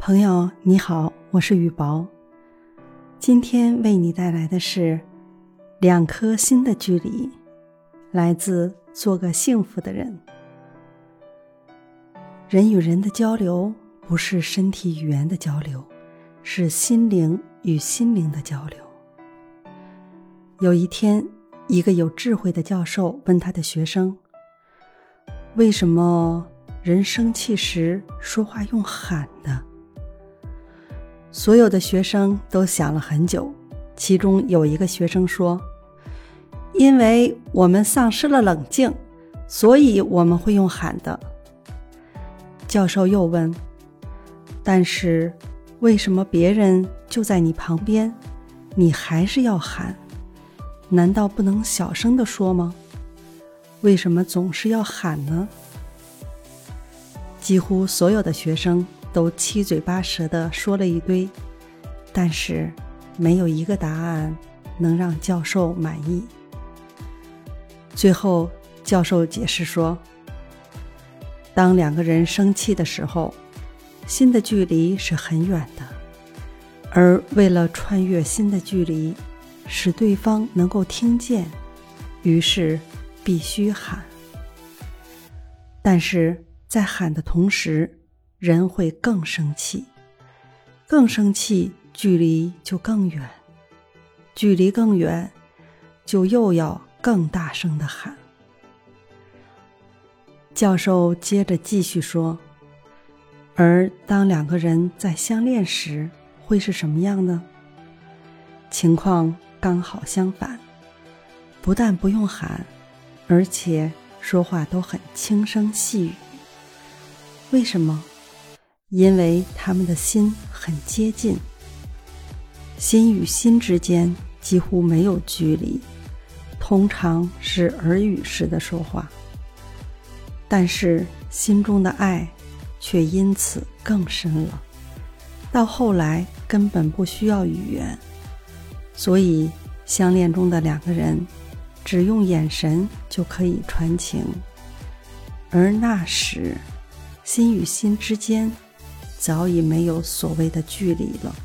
朋友你好，我是雨薄。今天为你带来的是2颗心的距离，来自做个幸福的人。人与人的交流不是身体语言的交流，是心灵与心灵的交流。有一天，一个有智慧的教授问他的学生，为什么人生气时说话用喊的？所有的学生都想了很久，其中有一个学生说，因为我们丧失了冷静，所以我们会用喊的。教授又问，但是为什么别人就在你旁边，你还是要喊？难道不能小声地说吗？为什么总是要喊呢？几乎所有的学生都七嘴八舌地说了一堆，但是没有一个答案能让教授满意。最后教授解释说，当2个人生气的时候，心的距离是很远的，而为了穿越心的距离，使对方能够听见，于是必须喊。但是在喊的同时，人会更生气，更生气，距离就更远，距离更远，就又要更大声地喊。教授接着继续说，而当2个人在相恋时，会是什么样呢？情况刚好相反，不但不用喊，而且说话都很轻声细语。为什么？因为他们的心很接近，心与心之间几乎没有距离，通常是耳语式的说话，但是心中的爱却因此更深了，到后来根本不需要语言，所以相恋中的2个人只用眼神就可以传情，而那时心与心之间早已没有所谓的距离了。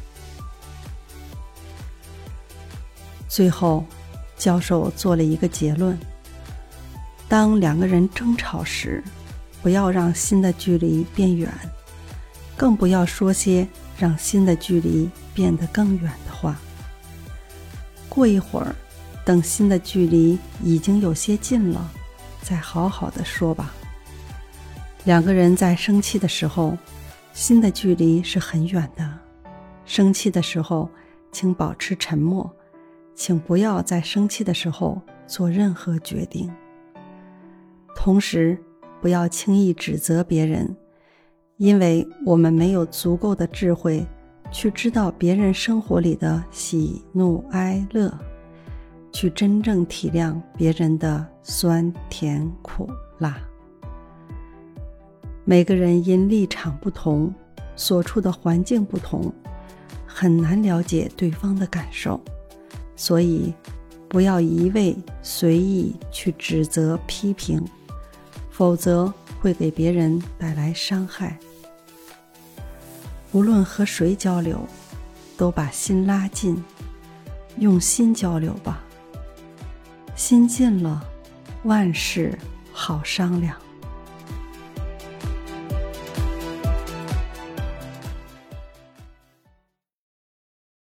最后教授做了一个结论，当2个人争吵时，不要让心的距离变远，更不要说些让心的距离变得更远的话。过一会儿，等心的距离已经有些近了，再好好的说吧。2个人在生气的时候，心的距离是很远的。生气的时候，请保持沉默，请不要在生气的时候做任何决定。同时，不要轻易指责别人，因为我们没有足够的智慧去知道别人生活里的喜怒哀乐，去真正体谅别人的酸甜苦辣。每个人因立场不同，所处的环境不同，很难了解对方的感受，所以不要一味随意去指责批评，否则会给别人带来伤害。无论和谁交流，都把心拉近，用心交流吧。心近了，万事好商量。